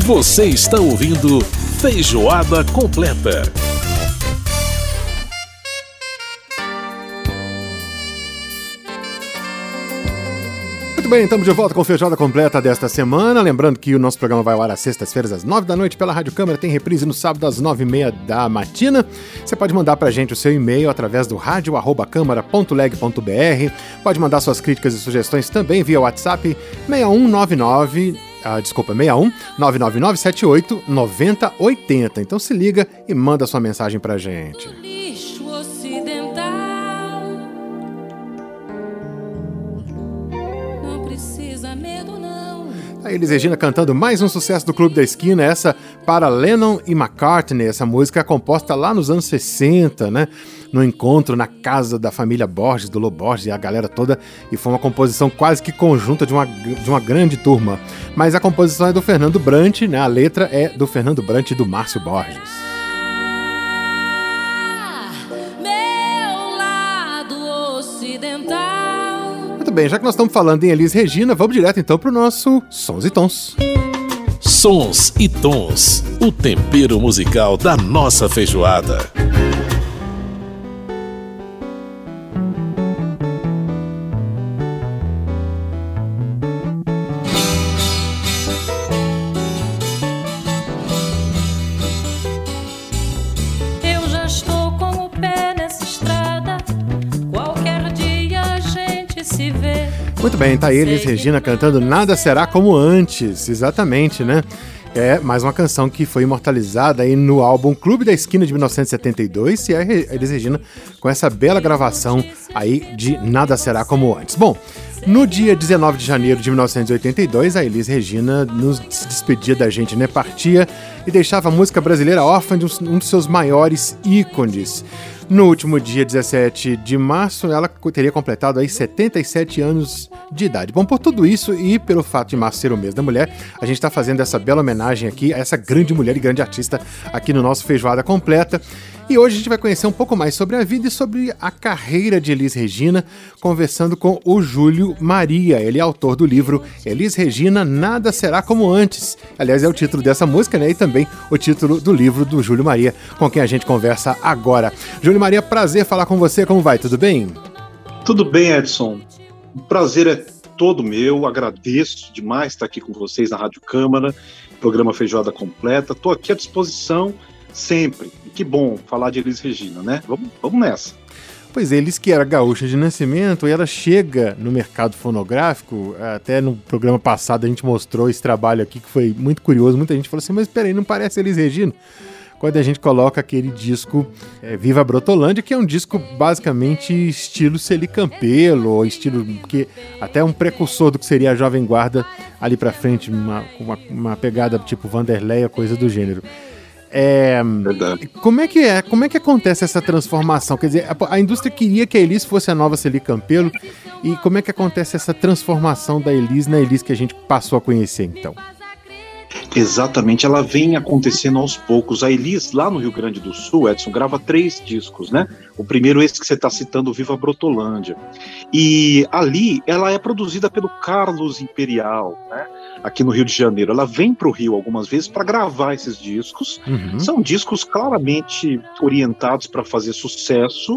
Você está ouvindo Feijoada Completa. Muito bem, estamos de volta com a Feijoada Completa desta semana. Lembrando que o nosso programa vai ao ar às sextas-feiras às 9 da noite pela Rádio Câmara. Tem reprise no sábado às 9h30 da matina. Você pode mandar pra gente o seu e-mail através do radio@câmara.leg.br. Pode mandar suas críticas e sugestões também via WhatsApp 6199... 61 99978 9080. Então se liga e manda sua mensagem pra gente. Lixo ocidental. Não precisa medo, não. A Elis Regina cantando mais um sucesso do Clube da Esquina, essa para Lennon e McCartney. Essa música é composta lá nos anos 60, né? No encontro na casa da família Borges, do Lô Borges e a galera toda, e foi uma composição quase que conjunta de uma grande turma. Mas a composição é do Fernando Brant, né? A letra é do Fernando Brant e do Márcio Borges. Meu lado ocidental. Muito bem, já que nós estamos falando em Elis Regina, vamos direto então para o nosso Sons e Tons. Sons e Tons, o tempero musical da nossa feijoada. Muito bem, tá aí Elis Regina cantando Nada Será Como Antes, exatamente, né? É mais uma canção que foi imortalizada aí no álbum Clube da Esquina de 1972, e a Elis Regina com essa bela gravação aí de Nada Será Como Antes. Bom, no dia 19 de janeiro de 1982, a Elis Regina se despedia da gente, né? Partia e deixava a música brasileira órfã de um dos seus maiores ícones. No último dia 17 de março, ela teria completado aí 77 anos de idade. Bom, por tudo isso e pelo fato de março ser o mês da mulher, a gente está fazendo essa bela homenagem aqui a essa grande mulher e grande artista aqui no nosso Feijoada Completa. E hoje a gente vai conhecer um pouco mais sobre a vida e sobre a carreira de Elis Regina, conversando com o Júlio Maria. Ele é autor do livro Elis Regina, Nada Será Como Antes. Aliás, é o título dessa música, né? E também o título do livro do Júlio Maria, com quem a gente conversa agora. Júlio Maria, prazer falar com você. Como vai? Tudo bem? Tudo bem, Edson. O prazer é todo meu. Agradeço demais estar aqui com vocês na Rádio Câmara, programa Feijoada Completa. Estou aqui à disposição sempre. E que bom falar de Elis Regina, né? Vamos nessa. Pois é, Elis que era gaúcha de nascimento, e ela chega no mercado fonográfico. Até no programa passado a gente mostrou esse trabalho aqui que foi muito curioso. Muita gente falou assim, mas peraí, não parece Elis Regina? Quando a gente coloca aquele disco Viva Brotolândia, que é um disco basicamente estilo Celi Campelo, ou estilo que até um precursor do que seria a Jovem Guarda ali pra frente, uma pegada tipo Vanderleia, coisa do gênero. Verdade. Como é que acontece essa transformação? Quer dizer, a indústria queria que a Elis fosse a nova Celi Campelo, e como é que acontece essa transformação da Elis na Elis que a gente passou a conhecer, então? Exatamente, ela vem acontecendo aos poucos. A Elis, lá no Rio Grande do Sul, Edson, grava 3 discos, né? O primeiro, esse que você está citando, Viva Brotolândia. E ali, ela é produzida pelo Carlos Imperial, né? Aqui no Rio de Janeiro. Ela vem para o Rio algumas vezes para gravar esses discos. Uhum. São discos claramente orientados para fazer sucesso,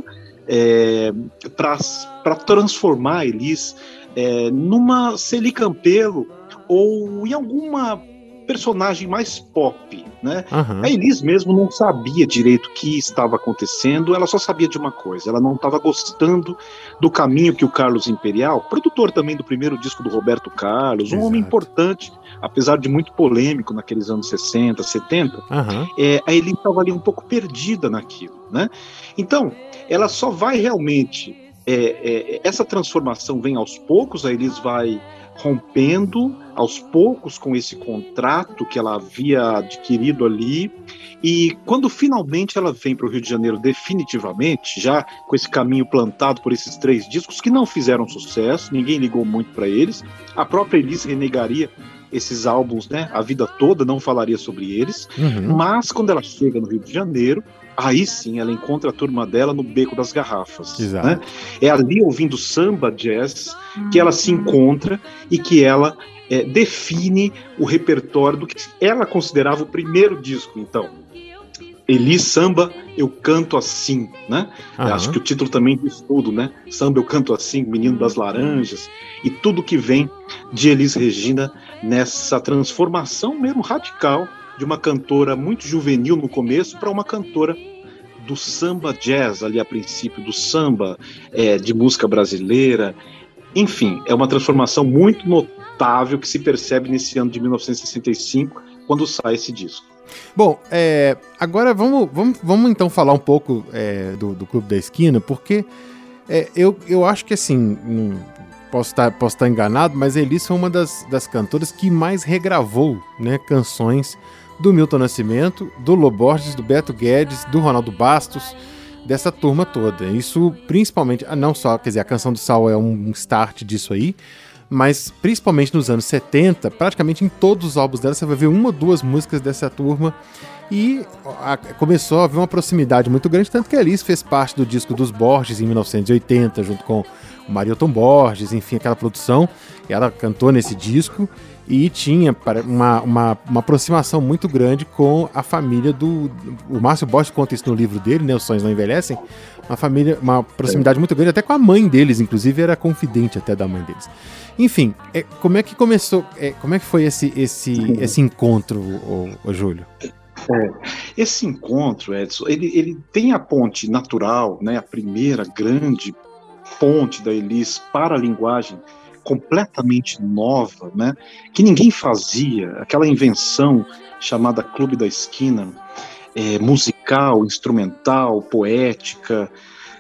para transformar a Elis numa Celi Campelo ou em alguma personagem mais pop, né? Uhum. A Elis mesmo não sabia direito o que estava acontecendo, ela só sabia de uma coisa, ela não estava gostando do caminho que o Carlos Imperial, produtor também do primeiro disco do Roberto Carlos, um homem importante, apesar de muito polêmico naqueles anos 60, 70, uhum. A Elis estava ali um pouco perdida naquilo, né? Então, ela só vai realmente, essa transformação vem aos poucos, a Elis vai rompendo aos poucos com esse contrato que ela havia adquirido ali, e quando finalmente ela vem para o Rio de Janeiro definitivamente, já com esse caminho plantado por esses 3 discos que não fizeram sucesso, ninguém ligou muito para eles, a própria Elis renegaria esses álbuns, né, a vida toda, não falaria sobre eles, mas quando ela chega no Rio de Janeiro, aí sim ela encontra a turma dela no Beco das Garrafas, né? É ali ouvindo samba, jazz, que ela se encontra e que ela define o repertório do que ela considerava o primeiro disco, então. Elis Samba, Eu Canto Assim, né? Acho que o título também diz tudo, né? Samba, Eu Canto Assim, Menino das Laranjas, e tudo que vem de Elis Regina nessa transformação mesmo radical de uma cantora muito juvenil no começo para uma cantora do samba jazz ali a princípio, do samba de música brasileira. Enfim, é uma transformação muito notável que se percebe nesse ano de 1965, quando sai esse disco. Bom, agora vamos então falar um pouco do Clube da Esquina, porque eu acho que assim, posso estar enganado, mas a Elis foi uma das cantoras que mais regravou, né, canções do Milton Nascimento, do Lô Borges, do Beto Guedes, do Ronaldo Bastos, dessa turma toda. Isso principalmente, não só, quer dizer, a Canção do Sal é um start disso aí, mas principalmente nos anos 70, praticamente em todos os álbuns dela, você vai ver uma ou duas músicas dessa turma, e começou a haver uma proximidade muito grande, tanto que a Elis fez parte do disco dos Borges em 1980, junto com o Marilton Borges, enfim, aquela produção, e ela cantou nesse disco, e tinha uma aproximação muito grande com a família o Márcio Borges conta isso no livro dele, né, Os Sonhos Não Envelhecem, uma proximidade muito grande, até com a mãe deles, inclusive era confidente até da mãe deles. Enfim, como é que começou, como é que foi esse encontro, ô Júlio? Esse encontro, Edson, ele tem a ponte natural, né, a primeira grande ponte da Elis para a linguagem completamente nova, né, que ninguém fazia, aquela invenção chamada Clube da Esquina, musical, instrumental, poética,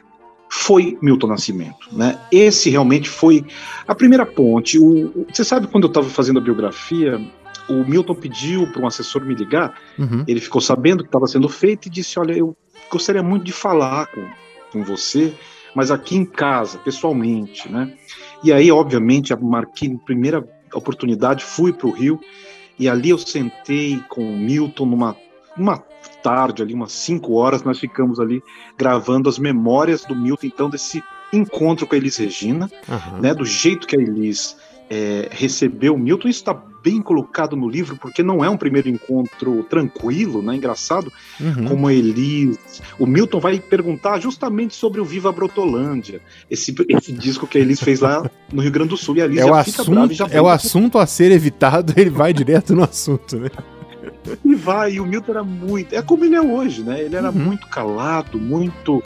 foi Milton Nascimento, né? Esse realmente foi a primeira ponte. Você sabe, quando eu estava fazendo a biografia, o Milton pediu para um assessor me ligar, ele ficou sabendo que estava sendo feito e disse, olha, eu gostaria muito de falar com você, mas aqui em casa, pessoalmente, né? E aí, obviamente, marquei a primeira oportunidade, fui para o Rio, e ali eu sentei com o Milton numa tarde, ali umas 5 horas, nós ficamos ali gravando as memórias do Milton, então, desse encontro com a Elis Regina, né, do jeito que a Elis recebeu o Milton. Isso está bem colocado no livro, porque não é um primeiro encontro tranquilo, né, engraçado, como a Elis. O Milton vai perguntar justamente sobre o Viva Brotolândia, esse disco que a Elis fez lá no Rio Grande do Sul, e a Elis já fica brava e já vai. É o assunto a ser evitado, ele vai direto no assunto, né? E o Milton era muito, como ele é hoje, né? Ele era muito calado, muito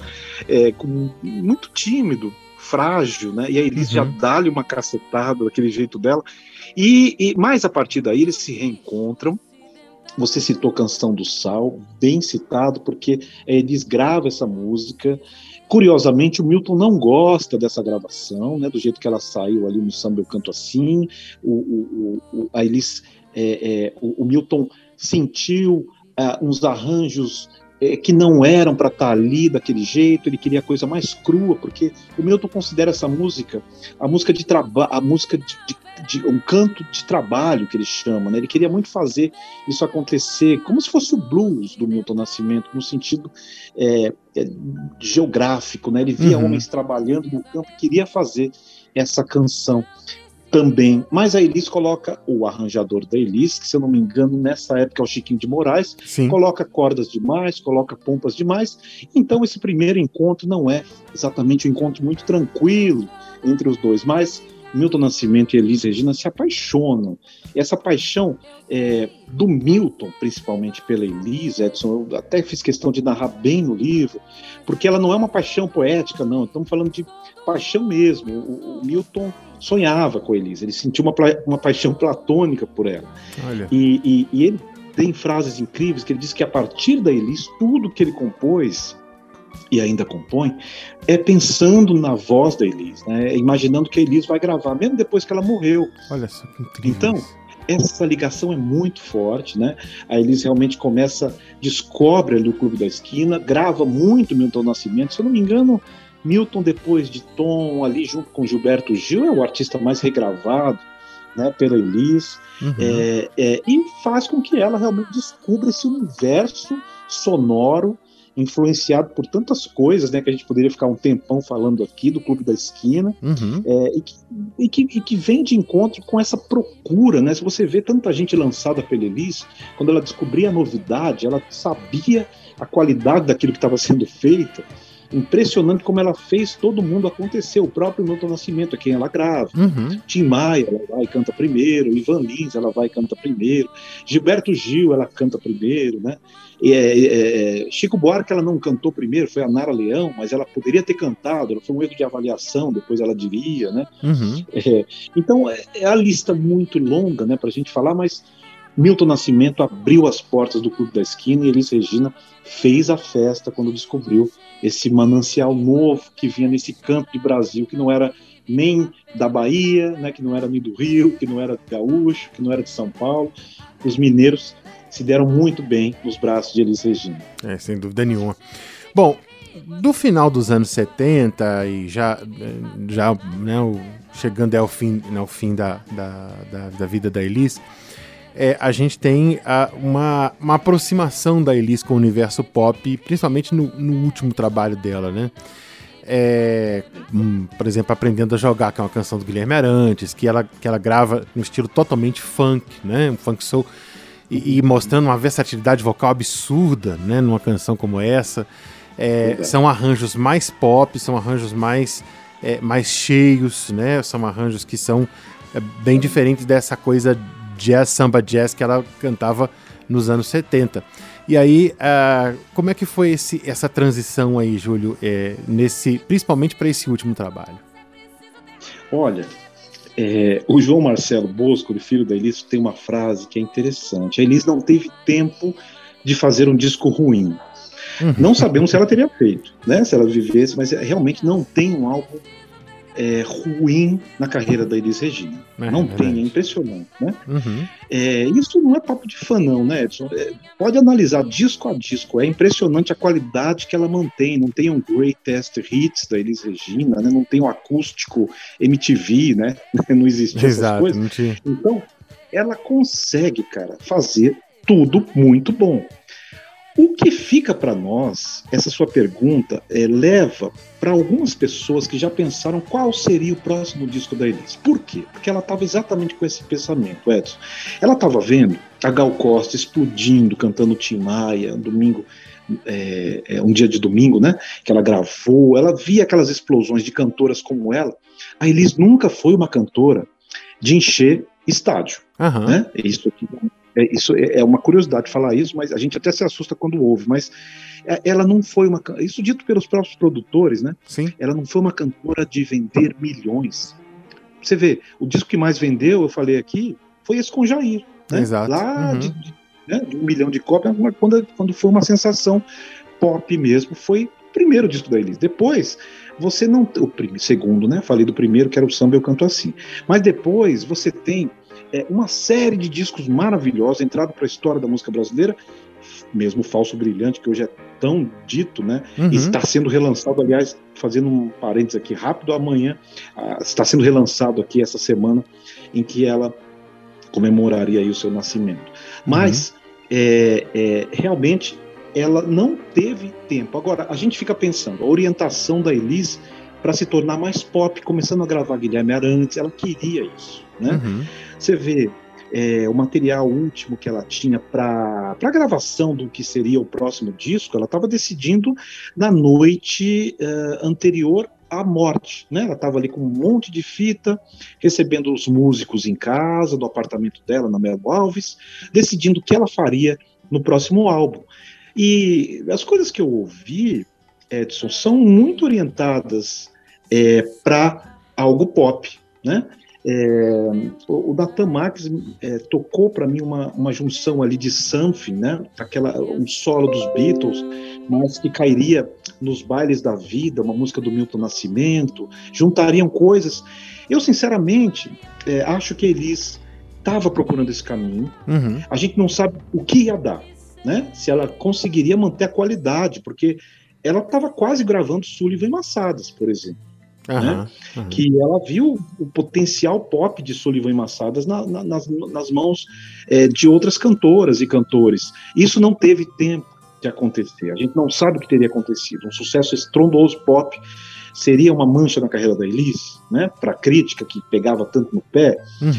tímido, frágil, né? E a Elis já dá-lhe uma cacetada daquele jeito dela. Mas a partir daí eles se reencontram. Você citou Canção do Sal, bem citado, porque a Elis grava essa música. Curiosamente, o Milton não gosta dessa gravação, né? Do jeito que ela saiu ali no Samba Eu Canto Assim. A Elis, o Milton sentiu uns arranjos que não eram para estar ali daquele jeito, ele queria a coisa mais crua, porque o Milton considera essa música a música de um canto de trabalho, que ele chama, né? Ele queria muito fazer isso acontecer, como se fosse o blues do Milton Nascimento, no sentido geográfico, né? Ele via homens trabalhando no campo, queria fazer essa canção também, mas a Elis coloca o arranjador da Elis, que se eu não me engano nessa época é o Chiquinho de Moraes, coloca cordas demais, coloca pompas demais, então esse primeiro encontro não é exatamente um encontro muito tranquilo entre os dois, mas Milton Nascimento e Elis Regina se apaixonam, e essa paixão do Milton, principalmente pela Elis, Edson, eu até fiz questão de narrar bem no livro, porque ela não é uma paixão poética, não, estamos falando de paixão mesmo. O Milton sonhava com a Elis, ele sentiu uma paixão platônica por ela. Olha. E ele tem frases incríveis, que ele diz que a partir da Elis, tudo que ele compôs e ainda compõe, pensando na voz da Elis, né? Imaginando que a Elis vai gravar, mesmo depois que ela morreu. Olha só que incrível. Então, essa ligação é muito forte, né? A Elis realmente descobre ali o Clube da Esquina, grava muito Milton Nascimento, se eu não me engano, Milton, depois de Tom, ali junto com Gilberto Gil, é o artista mais regravado, né, pela Elis, e faz com que ela realmente descubra esse universo sonoro influenciado por tantas coisas, né, que a gente poderia ficar um tempão falando aqui do Clube da Esquina, e que vem de encontro com essa procura, né? Se você vê tanta gente lançada pela Elis, quando ela descobria a novidade, ela sabia a qualidade daquilo que estava sendo feito. Impressionante como ela fez todo mundo acontecer. O próprio Milton Nascimento, a quem ela grava. Tim Maia, ela vai e canta primeiro. Ivan Lins, ela vai e canta primeiro. Gilberto Gil, ela canta primeiro, né? Chico Buarque, ela não cantou primeiro, foi a Nara Leão, mas ela poderia ter cantado, foi um erro de avaliação, depois ela diria, né? Então, é a lista muito longa, né, pra gente falar, mas Milton Nascimento abriu as portas do Clube da Esquina e Elis Regina fez a festa quando descobriu esse manancial novo que vinha nesse canto de Brasil, que não era nem da Bahia, né, que não era nem do Rio, que não era gaúcho, que não era de São Paulo. Os mineiros se deram muito bem nos braços de Elis Regina. Sem dúvida nenhuma. Bom, do final dos anos 70 e já né, chegando ao fim da vida da Elis, a gente tem uma aproximação da Elis com o universo pop, principalmente no último trabalho dela, né? Por exemplo, Aprendendo a Jogar, que é uma canção do Guilherme Arantes, que ela grava no estilo totalmente funk, né? Um funk soul, e mostrando uma versatilidade vocal absurda, né? Numa canção como essa. São arranjos mais pop, são arranjos mais cheios, né? São arranjos que são bem diferentes dessa coisa samba jazz que ela cantava nos anos 70. E aí, como é que foi essa transição aí, Júlio, principalmente para esse último trabalho? Olha, o João Marcelo Bosco, o filho da Elis, tem uma frase que é interessante. A Elis não teve tempo de fazer um disco ruim. Não sabemos se ela teria feito, né? Se ela vivesse, mas realmente não tem um álbum ruim na carreira da Elis Regina. Não tem, é impressionante, né? Isso não é papo de fã não, né, Edson? Pode analisar disco a disco, é impressionante a qualidade que ela mantém. Não tem um Greatest Hits da Elis Regina, né? Não tem um acústico MTV, né? Não existia essas coisas. Então, ela consegue, cara, fazer tudo muito bom. O que fica para nós, essa sua pergunta, leva para algumas pessoas que já pensaram qual seria o próximo disco da Elis. Por quê? Porque ela estava exatamente com esse pensamento, Edson. Ela estava vendo a Gal Costa explodindo, cantando Tim Maia, domingo, um dia de domingo, né? Que ela gravou, ela via aquelas explosões de cantoras como ela. A Elis nunca foi uma cantora de encher estádio, né? Isso aqui isso é uma curiosidade falar isso, mas a gente até se assusta quando ouve, mas ela não foi isso dito pelos próprios produtores, né? Sim. Ela não foi uma cantora de vender milhões. Você vê, o disco que mais vendeu, eu falei aqui, foi esse com Jair, né? Exato. Lá de 1 milhão de cópias, quando foi uma sensação pop mesmo, foi o primeiro disco da Elis. Depois, você não... O segundo, né? Falei do primeiro, que era o Samba Eu Canto Assim. Mas depois, você tem uma série de discos maravilhosos, entrado para a história da música brasileira, mesmo Falso Brilhante, que hoje é tão dito, né? E está sendo relançado, aliás, fazendo um parênteses aqui rápido, amanhã está sendo relançado aqui essa semana, em que ela comemoraria aí o seu nascimento. Mas, realmente, ela não teve tempo. Agora, a gente fica pensando, a orientação da Elis para se tornar mais pop, começando a gravar Guilherme Arantes, ela queria isso, né? Você vê o material último que ela tinha para a gravação do que seria o próximo disco, ela estava decidindo na noite anterior à morte, né? Ela estava ali com um monte de fita, recebendo os músicos em casa, no apartamento dela, na Melo Alves, decidindo o que ela faria no próximo álbum. E as coisas que eu ouvi, Edson, são muito orientadas para algo pop, né? O Natan Marques tocou para mim uma junção ali de something, né? Um solo dos Beatles, mas que cairia nos bailes da vida, uma música do Milton Nascimento, juntariam coisas. Eu, sinceramente, acho que Elis estava procurando esse caminho. A gente não sabe o que ia dar, né? Se ela conseguiria manter a qualidade, porque ela estava quase gravando Sullivan e Massadas, por exemplo. Né? Que ela viu o potencial pop de Sullivan e Massadas nas mãos de outras cantoras e cantores. Isso não teve tempo, de acontecer. A gente não sabe o que teria acontecido. Um sucesso estrondoso pop seria uma mancha na carreira da Elis, né? Para a crítica que pegava tanto no pé.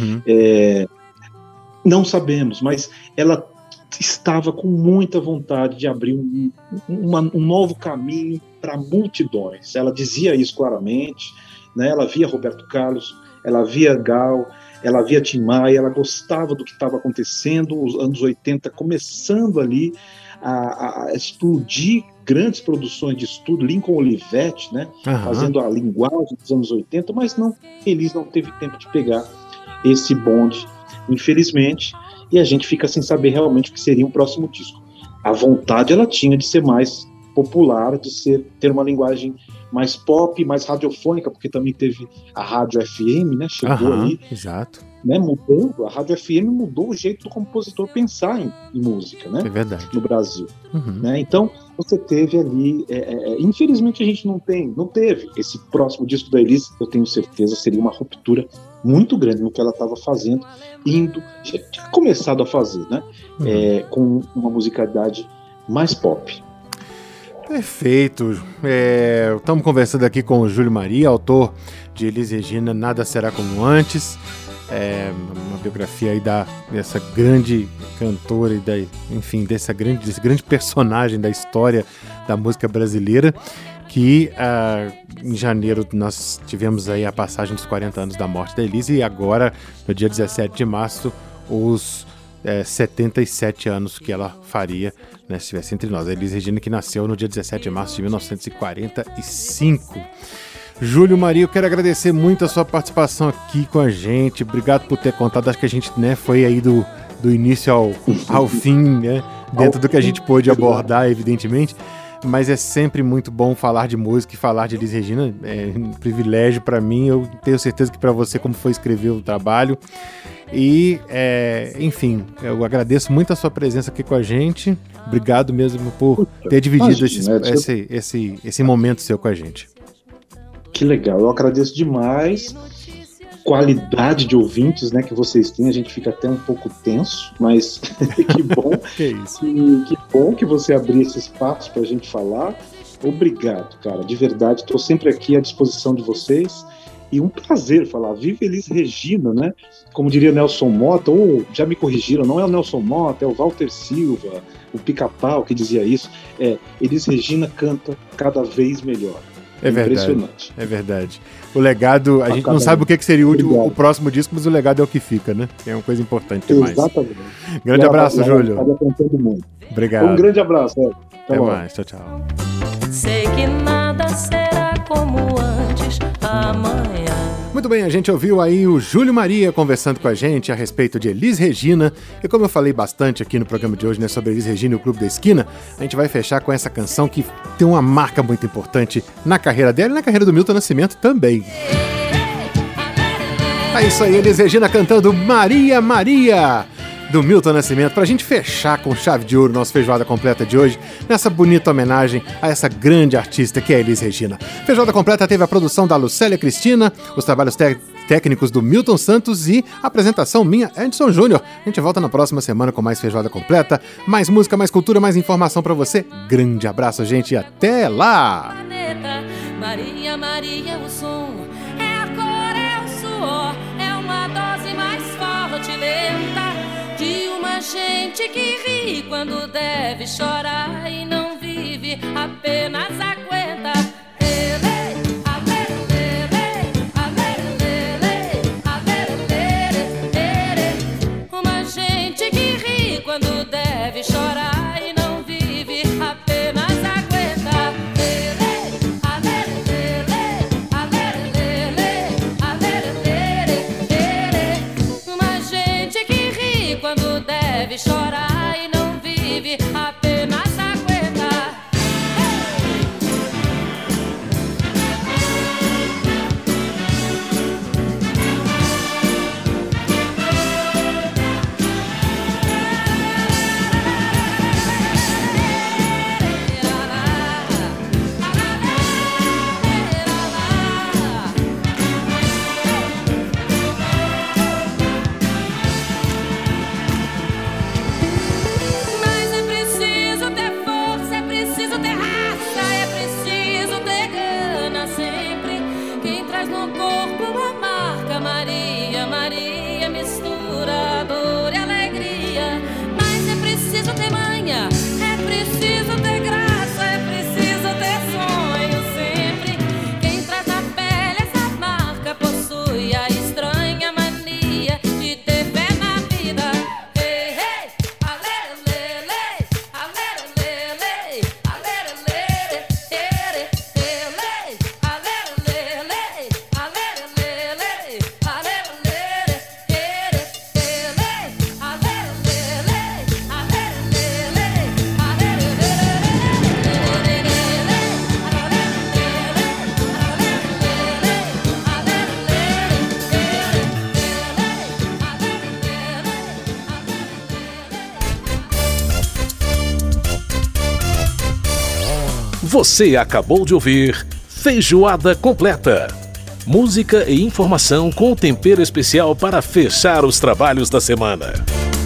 Não sabemos, mas ela estava com muita vontade de abrir um novo caminho para multidões. Ela dizia isso claramente, né? Ela via Roberto Carlos, ela via Gal, ela via Tim Maia, ela gostava do que estava acontecendo, os anos 80 começando ali a explodir grandes produções de estúdio, Lincoln Olivetti, né? Fazendo a linguagem dos anos 80, mas Elis não teve tempo de pegar esse bonde, infelizmente, e a gente fica sem saber realmente o que seria um próximo disco. A vontade ela tinha de ser mais popular, de ter uma linguagem mais pop, mais radiofônica, porque também teve a rádio FM, né? Chegou ali, exato, né? Mudando, a rádio FM mudou o jeito do compositor pensar em música, né? É verdade. No Brasil, né? Então você teve ali, infelizmente a gente não teve esse próximo disco da Elis. Eu tenho certeza seria uma ruptura muito grande no que ela estava fazendo, já tinha começado a fazer, né? Com uma musicalidade mais pop. Perfeito. Estamos conversando aqui com o Júlio Maria, autor de Elis Regina, Nada Será Como Antes. Uma biografia aí dessa grande cantora e desse grande personagem da história da música brasileira, que em janeiro nós tivemos aí a passagem dos 40 anos da morte da Elis, e agora, no dia 17 de março, os 77 anos que ela faria, né, se estivesse entre nós. A Elis Regina, que nasceu no dia 17 de março de 1945. Júlio Maria, eu quero agradecer muito a sua participação aqui com a gente. Obrigado por ter contado. Acho que a gente, né, foi aí do início ao fim, né, dentro do que a gente pôde abordar, evidentemente. Mas é sempre muito bom falar de música e falar de Elis Regina. É um privilégio para mim. Eu tenho certeza que para você, como foi escrever o trabalho. E, enfim, eu agradeço muito a sua presença aqui com a gente. Obrigado mesmo por ter dividido esse momento seu com a gente. Que legal, eu agradeço demais. Qualidade de ouvintes, né, que vocês têm, a gente fica até um pouco tenso, mas que bom. Que isso. Que bom que você abriu esse espaço pra gente falar. Obrigado, cara, de verdade, estou sempre aqui à disposição de vocês. E um prazer falar, viva Elis Regina, né? Como diria Nelson Motta, ou já me corrigiram, não é o Nelson Motta, é o Walter Silva, o Pica-Pau que dizia isso. Elis Regina canta cada vez melhor. É impressionante. É verdade. O legado, a gente não sabe o que seria o próximo disco, mas o legado é o que fica, né? É uma coisa importante demais. Exatamente. Grande abraço, Júlio. Obrigado. Um grande abraço. Até mais. Tchau, tchau. Sei que nada será como antes amanhã. Muito bem, a gente ouviu aí o Júlio Maria conversando com a gente a respeito de Elis Regina, e como eu falei bastante aqui no programa de hoje, né, sobre Elis Regina e o Clube da Esquina, a gente vai fechar com essa canção que tem uma marca muito importante na carreira dela e na carreira do Milton Nascimento também. É isso aí, Elis Regina cantando Maria, Maria, do Milton Nascimento, pra gente fechar com chave de ouro nossa feijoada completa de hoje, nessa bonita homenagem a essa grande artista que é a Elis Regina. Feijoada completa teve a produção da Lucélia Cristina, os trabalhos técnicos do Milton Santos e a apresentação minha, Edson Júnior. A gente volta na próxima semana com mais feijoada completa, mais música, mais cultura, mais informação pra você. Grande abraço, gente, e até lá! Maria, Maria, o som é a cor, é o suor, é uma dose mais forte, lenta, de uma gente que ri quando deve chorar e não vive, apenas aguenta. Uma gente que ri quando deve chorar e não vive, apenas aguenta. Uma gente que ri quando deve chorar e não vive, apenas aguenta. Você acabou de ouvir Feijoada Completa. Música e informação com tempero especial para fechar os trabalhos da semana.